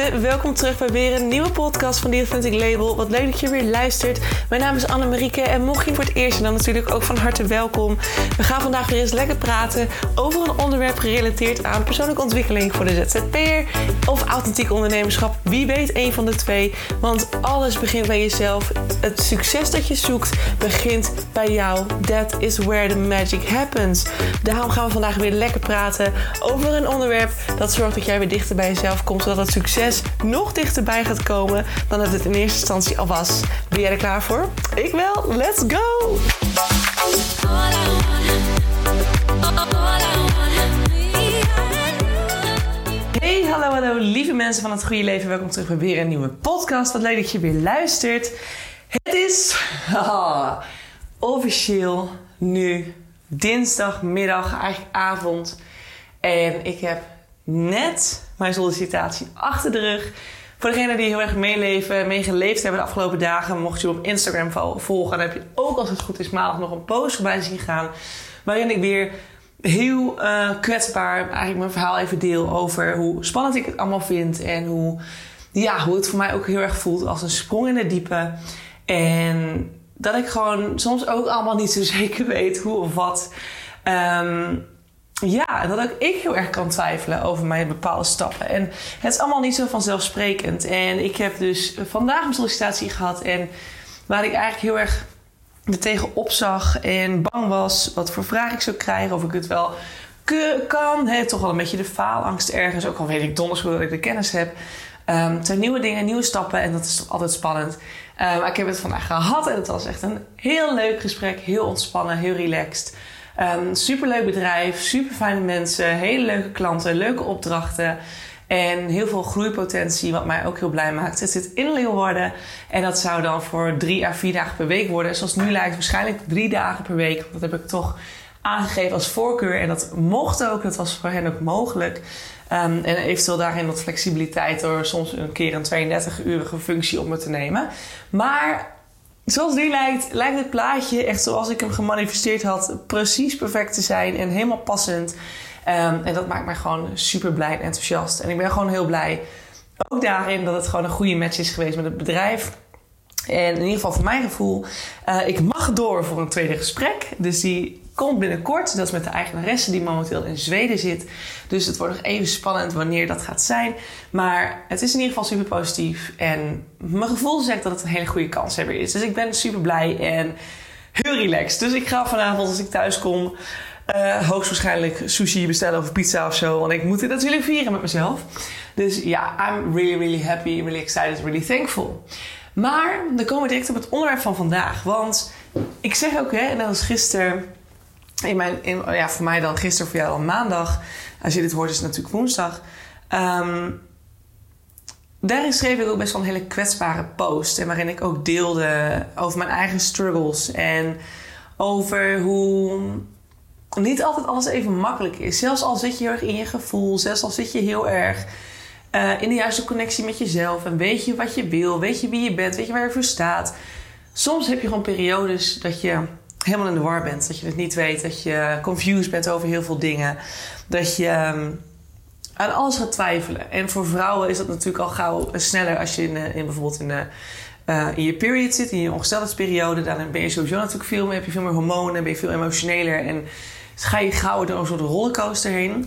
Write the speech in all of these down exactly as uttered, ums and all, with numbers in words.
mensen, welkom terug bij weer een nieuwe podcast van The Authentic Label. Wat leuk dat je weer luistert. Mijn naam is Annemarieke en mocht je voor het eerst dan natuurlijk ook van harte welkom. We gaan vandaag weer eens lekker praten over een onderwerp gerelateerd aan persoonlijke ontwikkeling voor de Z Z P'er of authentiek ondernemerschap. Wie weet een van de twee, want alles begint bij jezelf. Het succes dat je zoekt begint bij jou. That is where the magic happens. Daarom gaan we vandaag weer lekker praten over een onderwerp dat zorgt dat jij weer dichter bij jezelf komt, zodat het succes nog dichterbij gaat komen dan dat het in eerste instantie al was. Ben jij er klaar voor? Ik wel. Let's go! Hey, hallo, hallo, lieve mensen van het goede leven. Welkom terug bij weer een nieuwe podcast. Wat leuk dat je weer luistert. Het is ah, officieel nu dinsdagmiddag, eigenlijk avond. En ik heb net mijn sollicitatie achter de rug. Voor degenen die heel erg meeleven, meegeleefd hebben de afgelopen dagen, mocht je op Instagram volgen, dan heb je ook, als het goed is, maandag nog een post voorbij zien gaan. Waarin ik weer heel uh, kwetsbaar eigenlijk mijn verhaal even deel over hoe spannend ik het allemaal vind. En hoe, ja, hoe het voor mij ook heel erg voelt als een sprong in het diepe. En dat ik gewoon soms ook allemaal niet zo zeker weet hoe of wat. Um, Ja, dat ook ik heel erg kan twijfelen over mijn bepaalde stappen. En het is allemaal niet zo vanzelfsprekend. En ik heb dus vandaag een sollicitatie gehad. En waar ik eigenlijk heel erg er tegen opzag en bang was wat voor vraag ik zou krijgen. Of ik het wel kan. He, toch wel een beetje de faalangst ergens. Ook al weet ik donders goed dat ik de kennis heb. Um, het zijn nieuwe dingen, nieuwe stappen. En dat is toch altijd spannend. Um, maar ik heb het vandaag gehad. En het was echt een heel leuk gesprek. Heel ontspannen, heel relaxed. Um, superleuk bedrijf, super fijne mensen, hele leuke klanten, leuke opdrachten en heel veel groeipotentie, wat mij ook heel blij maakt. Het zit in Leeuwarden en dat zou dan voor drie à vier dagen per week worden. Zoals het nu lijkt, waarschijnlijk drie dagen per week. Dat heb ik toch aangegeven als voorkeur en dat mocht ook, dat was voor hen ook mogelijk. Um, en eventueel daarin wat flexibiliteit door soms een keer een tweeëndertig-urige functie op me te nemen. Maar zoals die lijkt, lijkt het plaatje echt zoals ik hem gemanifesteerd had, precies perfect te zijn en helemaal passend. Um, en dat maakt mij gewoon super blij en enthousiast. En ik ben gewoon heel blij, ook daarin, dat het gewoon een goede match is geweest met het bedrijf. En in ieder geval voor mijn gevoel, uh, ik mag door voor een tweede gesprek. Dus die komt binnenkort. Dat is met de eigenaresse die momenteel in Zweden zit. Dus het wordt nog even spannend wanneer dat gaat zijn. Maar het is in ieder geval super positief. En mijn gevoel zegt dat het een hele goede kanshebber is. Dus ik ben super blij en heel relaxed. Dus ik ga vanavond, als ik thuis kom, uh, hoogstwaarschijnlijk sushi bestellen of pizza of zo. Want ik moet dit natuurlijk vieren met mezelf. Dus ja, I'm really, really happy, really excited, really thankful. Maar dan komen we direct op het onderwerp van vandaag. Want ik zeg ook, hè, en dat was gisteren, in mijn, in, ja, voor mij dan gisteren, voor jou dan maandag. Als je dit hoort is het natuurlijk woensdag. Um, daarin schreef ik ook best wel een hele kwetsbare post. En waarin ik ook deelde over mijn eigen struggles. En over hoe niet altijd alles even makkelijk is. Zelfs al zit je heel erg in je gevoel. Zelfs al zit je heel erg Uh, in de juiste connectie met jezelf. En weet je wat je wil. Weet je wie je bent. Weet je waar je voor staat. Soms heb je gewoon periodes dat je helemaal in de war bent. Dat je het niet weet. Dat je confused bent over heel veel dingen. Dat je um, aan alles gaat twijfelen. En voor vrouwen is dat natuurlijk al gauw sneller als je in, in bijvoorbeeld in, de, uh, in je period zit. In je ongesteldheidsperiode. Dan ben je sowieso natuurlijk veel meer. Heb je veel meer hormonen. Ben je veel emotioneler. En ga je gauw door een soort rollercoaster heen.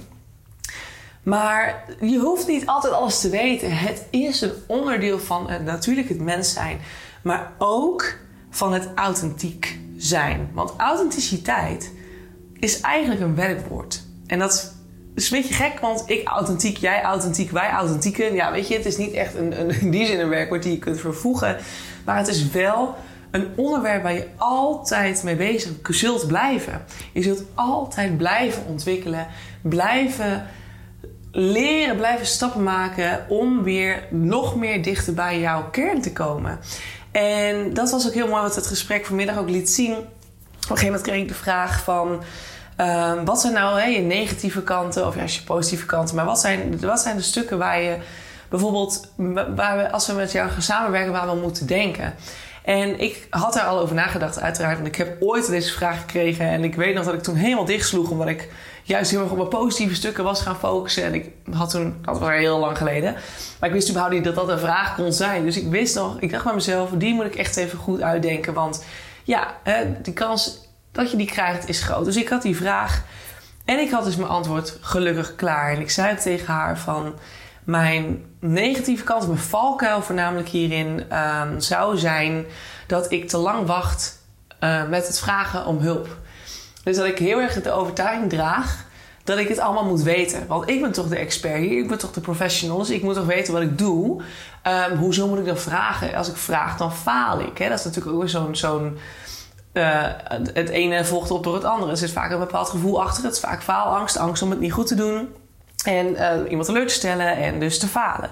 Maar je hoeft niet altijd alles te weten. Het is een onderdeel van het, natuurlijk het mens zijn. Maar ook van het authentiek zijn. Want authenticiteit is eigenlijk een werkwoord. En dat is een beetje gek, want ik authentiek, jij authentiek, wij authentieken. Ja, weet je, het is niet echt een, een, in die zin een werkwoord die je kunt vervoegen. Maar het is wel een onderwerp waar je altijd mee bezig zult blijven. Je zult altijd blijven ontwikkelen, blijven leren, blijven stappen maken om weer nog meer dichter bij jouw kern te komen. En dat was ook heel mooi wat het gesprek vanmiddag ook liet zien. Op een gegeven moment kreeg ik de vraag van Uh, wat zijn nou hè, je negatieve kanten of juist je positieve kanten? Maar wat zijn, wat zijn de stukken waar je bijvoorbeeld, waar we, als we met jou gaan samenwerken, waar we moeten denken? En ik had daar al over nagedacht uiteraard. Want ik heb ooit deze vraag gekregen. En ik weet nog dat ik toen helemaal dichtsloeg. Omdat ik juist heel erg op mijn positieve stukken was gaan focussen. En ik had toen, dat was al heel lang geleden. Maar ik wist überhaupt niet dat dat een vraag kon zijn. Dus ik wist nog, ik dacht bij mezelf, die moet ik echt even goed uitdenken. Want ja, de kans dat je die krijgt is groot. Dus ik had die vraag. En ik had dus mijn antwoord gelukkig klaar. En ik zei ook tegen haar van, mijn negatieve kant, mijn valkuil voornamelijk hierin um, zou zijn dat ik te lang wacht uh, met het vragen om hulp. Dus dat ik heel erg de overtuiging draag dat ik het allemaal moet weten. Want ik ben toch de expert hier, ik ben toch de professional. Dus ik moet toch weten wat ik doe. Um, hoezo moet ik dan vragen? Als ik vraag, dan faal ik. Hè? Dat is natuurlijk ook weer zo'n... zo'n uh, het ene volgt op door het andere. Er zit vaak een bepaald gevoel achter. Het is vaak faalangst, angst om het niet goed te doen. En uh, iemand teleur te stellen en dus te falen.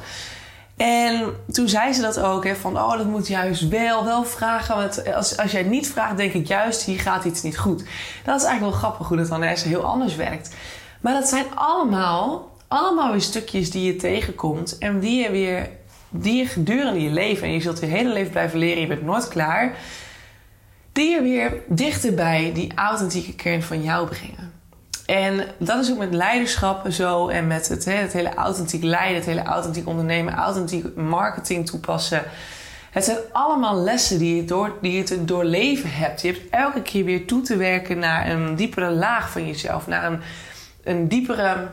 En toen zei ze dat ook, hè, van oh, dat moet juist wel, wel vragen. Want als, als jij niet vraagt, denk ik juist, hier gaat iets niet goed. Dat is eigenlijk wel grappig hoe dat dan eens heel anders werkt. Maar dat zijn allemaal, allemaal weer stukjes die je tegenkomt. En die je weer, die je gedurende je leven, en je zult je hele leven blijven leren, je bent nooit klaar. Die je weer dichter bij die authentieke kern van jou brengen. En dat is ook met leiderschap zo en met het, het hele authentiek leiden, het hele authentiek ondernemen, authentiek marketing toepassen. Het zijn allemaal lessen die je, door, die je te doorleven hebt. Je hebt elke keer weer toe te werken naar een diepere laag van jezelf, naar een, een diepere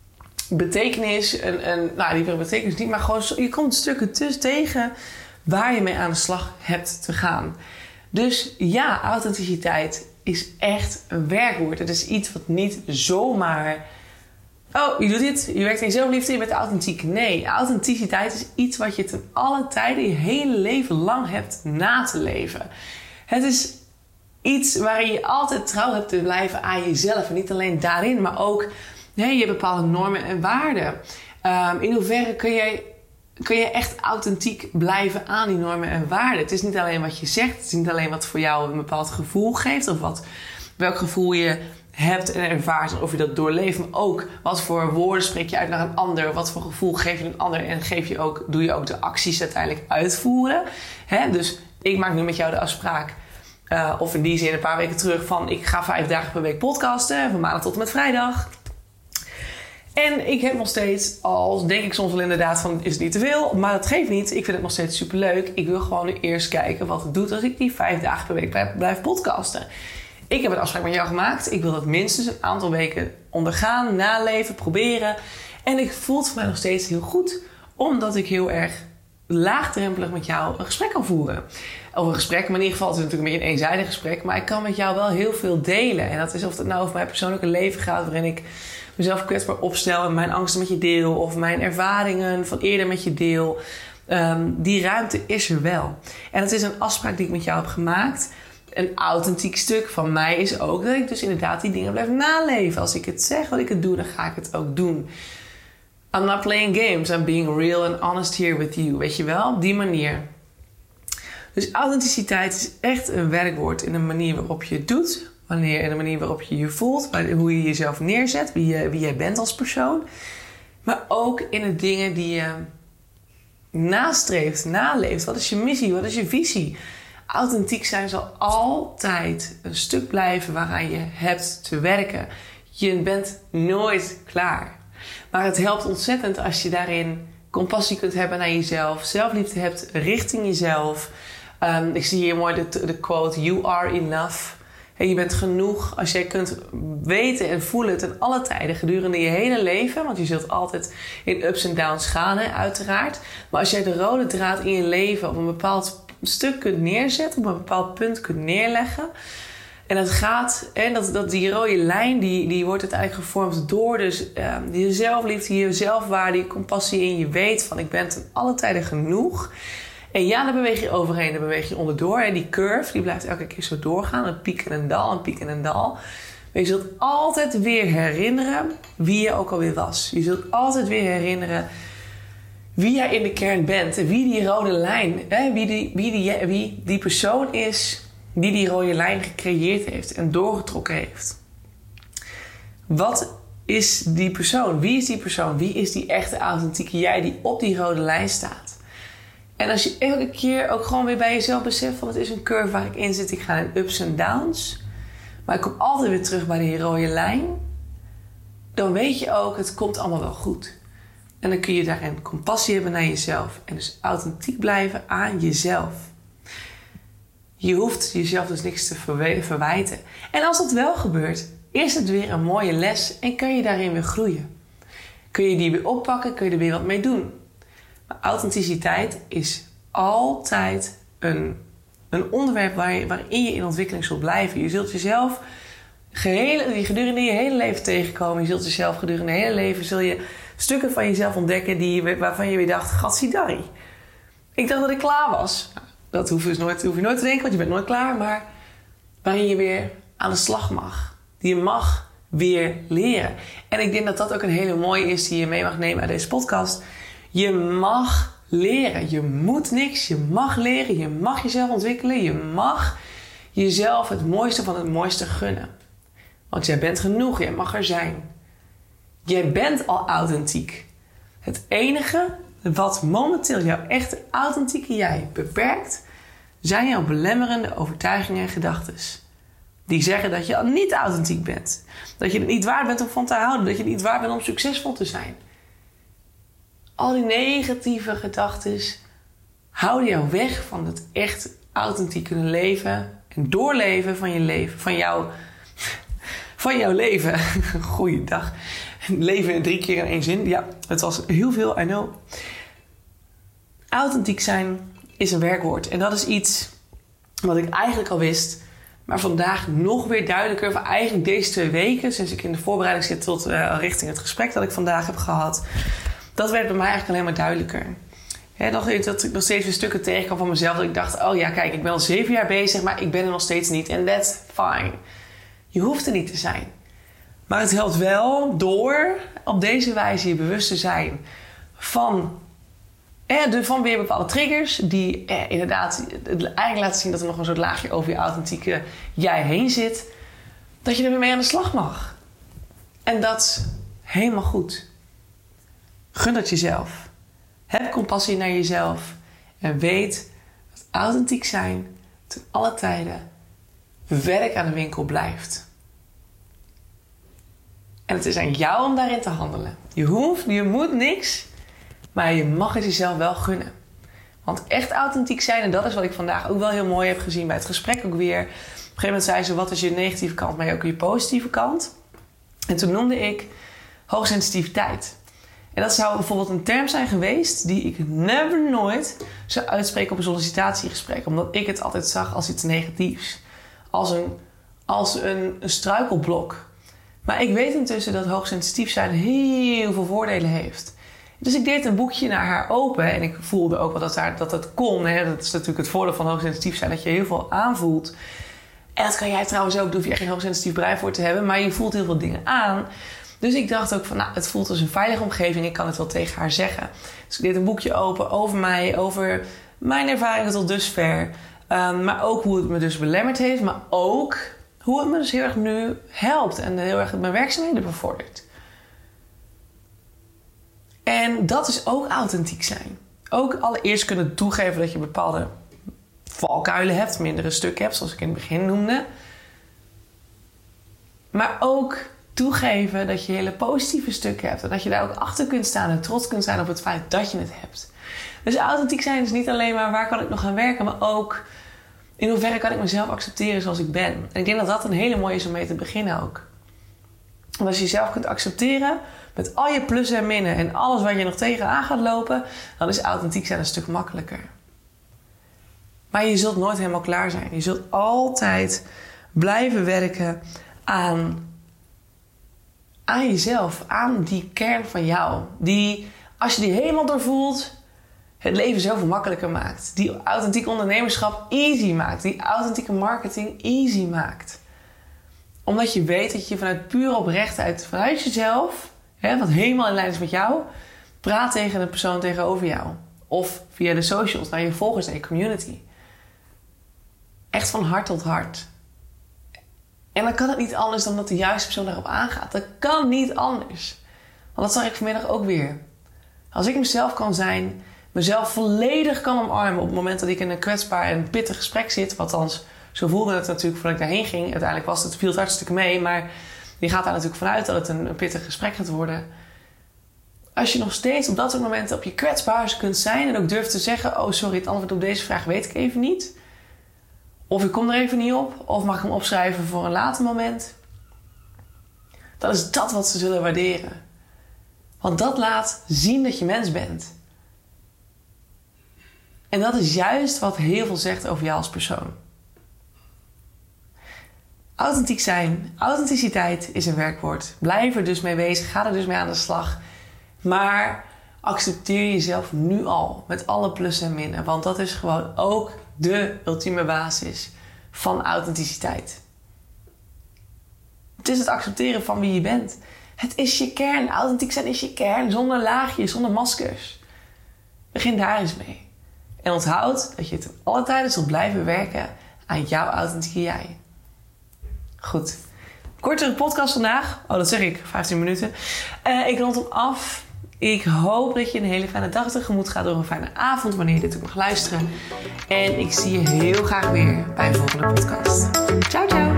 betekenis. Een, een, nou, diepere betekenis niet, maar gewoon je komt stukken tussen tegen waar je mee aan de slag hebt te gaan. Dus ja, authenticiteit is echt een werkwoord. Het is iets wat niet zomaar... Oh, je doet dit, je werkt in zelfliefde, je bent authentiek. Nee, authenticiteit is iets wat je ten alle tijden je hele leven lang hebt na te leven. Het is iets waarin je altijd trouw hebt te blijven aan jezelf. En niet alleen daarin, maar ook nee, je hebt bepaalde normen en waarden. Um, in hoeverre kun jij... kun je echt authentiek blijven aan die normen en waarden. Het is niet alleen wat je zegt. Het is niet alleen wat voor jou een bepaald gevoel geeft. Of wat, welk gevoel je hebt en ervaart. Of je dat doorleeft. Maar ook wat voor woorden spreek je uit naar een ander. Wat voor gevoel geef je een ander. En geef je ook, doe je ook de acties uiteindelijk uitvoeren. Hè? Dus ik maak nu met jou de afspraak. Uh, of in die zin een paar weken terug. Van ik ga vijf dagen per week podcasten. Van maandag tot en met vrijdag. En ik heb nog steeds, al denk ik soms wel inderdaad van is het niet te veel. Maar dat geeft niet. Ik vind het nog steeds superleuk. Ik wil gewoon nu eerst kijken wat het doet als ik die vijf dagen per week blijf, blijf podcasten. Ik heb een afspraak met jou gemaakt. Ik wil dat minstens een aantal weken ondergaan, naleven, proberen. En ik voel het voor mij nog steeds heel goed. Omdat ik heel erg laagdrempelig met jou een gesprek kan voeren. Of een gesprek, maar in ieder geval het is natuurlijk meer een eenzijdig gesprek. Maar ik kan met jou wel heel veel delen. En dat is of het nou over mijn persoonlijke leven gaat, waarin ik mezelf kwetsbaar opstel en mijn angsten met je deel. Of mijn ervaringen van eerder met je deel. Um, die ruimte is er wel. En het is een afspraak die ik met jou heb gemaakt. Een authentiek stuk van mij is ook dat ik dus inderdaad die dingen blijf naleven. Als ik het zeg wat ik het doe, dan ga ik het ook doen. I'm not playing games. I'm being real and honest here with you. Weet je wel? Op die manier. Dus authenticiteit is echt een werkwoord in de manier waarop je het doet. Wanneer, in de manier waarop je je voelt. Hoe je jezelf neerzet. Wie, je, wie jij bent als persoon. Maar ook in de dingen die je nastreeft, naleeft. Wat is je missie? Wat is je visie? Authentiek zijn zal altijd een stuk blijven waaraan je hebt te werken. Je bent nooit klaar. Maar het helpt ontzettend als je daarin compassie kunt hebben naar jezelf. Zelfliefde hebt richting jezelf. Um, ik zie hier mooi de, de quote, you are enough. Hey, je bent genoeg als jij kunt weten en voelen ten alle tijden gedurende je hele leven. Want je zult altijd in ups en downs gaan, hè, uiteraard. Maar als jij de rode draad in je leven op een bepaald stuk kunt neerzetten, op een bepaald punt kunt neerleggen. En dat gaat, en dat, dat die rode lijn, die, die wordt uiteindelijk gevormd door dus uh, je zelfliefde, je zelfwaarde, je compassie in je weet van ik ben ten alle tijden genoeg. En ja, daar beweeg je overheen, daar beweeg je onderdoor. En die curve, die blijft elke keer zo doorgaan. Een piek en een dal, een piek en een dal. Maar je zult altijd weer herinneren wie je ook alweer was. Je zult altijd weer herinneren wie jij in de kern bent. En wie die rode lijn, hè, wie, die, wie, die, wie die persoon is die die rode lijn gecreëerd heeft en doorgetrokken heeft. Wat is die persoon? Wie is die persoon? Wie is die echte authentieke jij die op die rode lijn staat? En als je elke keer ook gewoon weer bij jezelf beseft van het is een curve waar ik in zit. Ik ga in ups en downs. Maar ik kom altijd weer terug bij die rode lijn. Dan weet je ook, het komt allemaal wel goed. En dan kun je daarin compassie hebben naar jezelf. En dus authentiek blijven aan jezelf. Je hoeft jezelf dus niks te verwijten. En als dat wel gebeurt, is het weer een mooie les en kun je daarin weer groeien. Kun je die weer oppakken, kun je er weer wat mee doen. Maar authenticiteit is altijd een, een onderwerp waar je, waarin je in ontwikkeling zult blijven. Je zult jezelf gehele, gedurende je hele leven tegenkomen. Je zult jezelf gedurende je hele leven zul je stukken van jezelf ontdekken die, waarvan je weer dacht, gadverdarrie. Ik dacht dat ik klaar was. Dat hoef je, dus nooit, hoef je nooit te denken, want je bent nooit klaar. Maar waarin je weer aan de slag mag. Die je mag weer leren. En ik denk dat dat ook een hele mooie is die je mee mag nemen uit deze podcast. Je mag leren. Je moet niks. Je mag leren. Je mag jezelf ontwikkelen. Je mag jezelf het mooiste van het mooiste gunnen. Want jij bent genoeg. Jij mag er zijn. Jij bent al authentiek. Het enige wat momenteel jouw echte authentieke jij beperkt, zijn jouw belemmerende overtuigingen en gedachten. Die zeggen dat je al niet authentiek bent. Dat je het niet waard bent om van te houden. Dat je het niet waard bent om succesvol te zijn. Al die negatieve gedachten houden jou weg van het echt authentiek kunnen leven. En doorleven van je leven. Van, jou, van jouw leven. Goeiedag. Leven in drie keer in één zin. Ja, het was heel veel, I know. Authentiek zijn is een werkwoord. En dat is iets wat ik eigenlijk al wist. Maar vandaag nog weer duidelijker. Voor eigenlijk deze twee weken. Sinds ik in de voorbereiding zit tot uh, richting het gesprek dat ik vandaag heb gehad. Dat werd bij mij eigenlijk alleen maar duidelijker. He, nog, dat ik nog steeds weer stukken tegenkwam van mezelf. Dat ik dacht, oh ja, kijk, ik ben al zeven jaar bezig. Maar ik ben er nog steeds niet. En that's fine. Je hoeft er niet te zijn. Maar het helpt wel door op deze wijze je bewust te zijn van, eh, de, van weer bepaalde triggers. Die eh, inderdaad eigenlijk laten zien dat er nog een soort laagje over je authentieke jij heen zit. Dat je er weer mee aan de slag mag. En dat is helemaal goed. Gun dat jezelf. Heb compassie naar jezelf. En weet dat authentiek zijn ten alle tijden werk aan de winkel blijft. En het is aan jou om daarin te handelen. Je hoeft, je moet niks. Maar je mag het jezelf wel gunnen. Want echt authentiek zijn, en dat is wat ik vandaag ook wel heel mooi heb gezien bij het gesprek ook weer. Op een gegeven moment zei ze, wat is je negatieve kant, maar ook je positieve kant. En toen noemde ik hoogsensitiviteit. En dat zou bijvoorbeeld een term zijn geweest die ik never nooit zou uitspreken op een sollicitatiegesprek. Omdat ik het altijd zag als iets negatiefs. Als een, als een, een struikelblok. Maar ik weet intussen dat hoogsensitief zijn heel veel voordelen heeft. Dus ik deed een boekje naar haar open. En ik voelde ook wel dat haar, dat, dat kon. Hè? Dat is natuurlijk het voordeel van hoogsensitief zijn. Dat je heel veel aanvoelt. En dat kan jij trouwens ook. Daar hoef je echt geen hoogsensitief brein voor te hebben. Maar je voelt heel veel dingen aan. Dus ik dacht ook van, nou, het voelt als een veilige omgeving. Ik kan het wel tegen haar zeggen. Dus ik deed een boekje open over mij. Over mijn ervaringen tot dusver. Um, maar ook hoe het me dus belemmerd heeft. Maar ook hoe het me dus heel erg nu helpt. En heel erg mijn werkzaamheden bevordert. En dat is ook authentiek zijn. Ook allereerst kunnen toegeven dat je bepaalde valkuilen hebt. Mindere stukken hebt, zoals ik in het begin noemde. Maar ook toegeven dat je hele positieve stukken hebt. En dat je daar ook achter kunt staan en trots kunt zijn op het feit dat je het hebt. Dus authentiek zijn is niet alleen maar waar kan ik nog aan werken. Maar ook in hoeverre kan ik mezelf accepteren zoals ik ben. En ik denk dat dat een hele mooie is om mee te beginnen ook. Want als je jezelf kunt accepteren met al je plussen en minnen en alles waar je nog tegenaan gaat lopen, dan is authentiek zijn een stuk makkelijker. Maar je zult nooit helemaal klaar zijn. Je zult altijd blijven werken aan, aan jezelf, aan die kern van jou. Die, als je die helemaal doorvoelt, het leven zoveel makkelijker maakt. Die authentiek ondernemerschap easy maakt. Die authentieke marketing easy maakt. Omdat je weet dat je vanuit puur oprechtheid, vanuit jezelf, hè, wat helemaal in lijn is met jou, praat tegen de persoon tegenover jou. Of via de socials, naar je volgers en je community. Echt van hart tot hart. En dan kan het niet anders dan dat de juiste persoon daarop aangaat. Dat kan niet anders. Want dat zag ik vanmiddag ook weer. Als ik mezelf kan zijn mezelf volledig kan omarmen op het moment dat ik in een kwetsbaar en pittig gesprek zit. Althans, zo voelde het natuurlijk voordat ik daarheen ging. Uiteindelijk was het, viel het hartstikke mee, maar je gaat daar natuurlijk vanuit dat het een, een pittig gesprek gaat worden. Als je nog steeds op dat soort momenten op je kwetsbaarste kunt zijn en ook durft te zeggen, oh sorry, het antwoord op deze vraag weet ik even niet. Of ik kom er even niet op, of mag ik hem opschrijven voor een later moment. Dan is dat wat ze zullen waarderen. Want dat laat zien dat je mens bent. En dat is juist wat heel veel zegt over jou als persoon. Authentiek zijn, authenticiteit is een werkwoord. Blijf er dus mee bezig, ga er dus mee aan de slag. Maar accepteer jezelf nu al met alle plussen en minnen. Want dat is gewoon ook de ultieme basis van authenticiteit. Het is het accepteren van wie je bent. Het is je kern. Authentiek zijn is je kern. Zonder laagjes, zonder maskers. Begin daar eens mee. En onthoud dat je ten alle tijden zult blijven werken aan jouw authentieke jij. Goed. Kortere podcast vandaag. Oh, dat zeg ik. vijftien minuten. Uh, ik rond hem af. Ik hoop dat je een hele fijne dag tegemoet gaat door een fijne avond wanneer je dit ook mag luisteren. En ik zie je heel graag weer bij een volgende podcast. Ciao, ciao.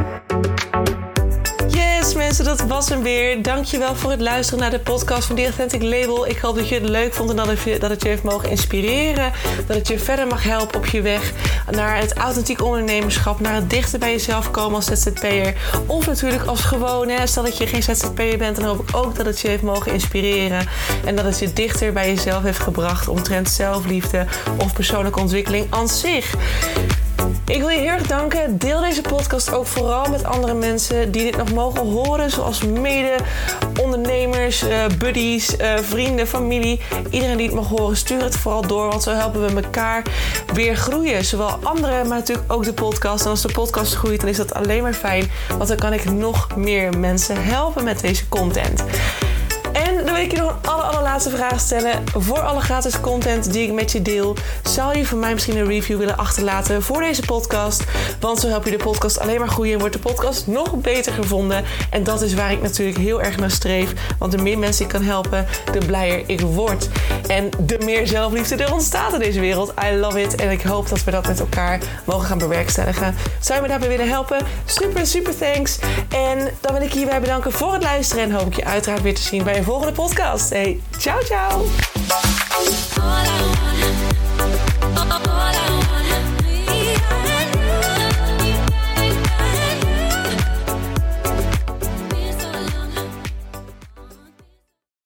Yes mensen, dat was hem weer. Dankjewel voor het luisteren naar de podcast van The Authentic Label. Ik hoop dat je het leuk vond en dat het je, dat het je heeft mogen inspireren. Dat het je verder mag helpen op je weg naar het authentiek ondernemerschap. Naar het dichter bij jezelf komen als Z Z P'er. Of natuurlijk als gewone. Stel dat je geen Z Z P'er bent, dan hoop ik ook dat het je heeft mogen inspireren. En dat het je dichter bij jezelf heeft gebracht omtrent zelfliefde of persoonlijke ontwikkeling aan zich. Ik wil je heel erg danken. Deel deze podcast ook vooral met andere mensen die dit nog mogen horen. Zoals mede-ondernemers, uh, buddies, uh, vrienden, familie. Iedereen die het mag horen, stuur het vooral door. Want zo helpen we elkaar weer groeien. Zowel anderen, maar natuurlijk ook de podcast. En als de podcast groeit, dan is dat alleen maar fijn. Want dan kan ik nog meer mensen helpen met deze content. En dan wil ik je nog een aller, allerlaatste vraag stellen. Voor alle gratis content die ik met je deel, zou je voor mij misschien een review willen achterlaten voor deze podcast? Want zo help je de podcast alleen maar groeien en wordt de podcast nog beter gevonden. En dat is waar ik natuurlijk heel erg naar streef. Want de meer mensen ik kan helpen, de blijer ik word. En de meer zelfliefde er ontstaat in deze wereld. I love it. En ik hoop dat we dat met elkaar mogen gaan bewerkstelligen. Zou je me daarbij willen helpen? Super, super thanks. En dan wil ik je hierbij bedanken voor het luisteren. En hoop ik je uiteraard weer te zien bij een volgende podcast. Hey, ciao, ciao.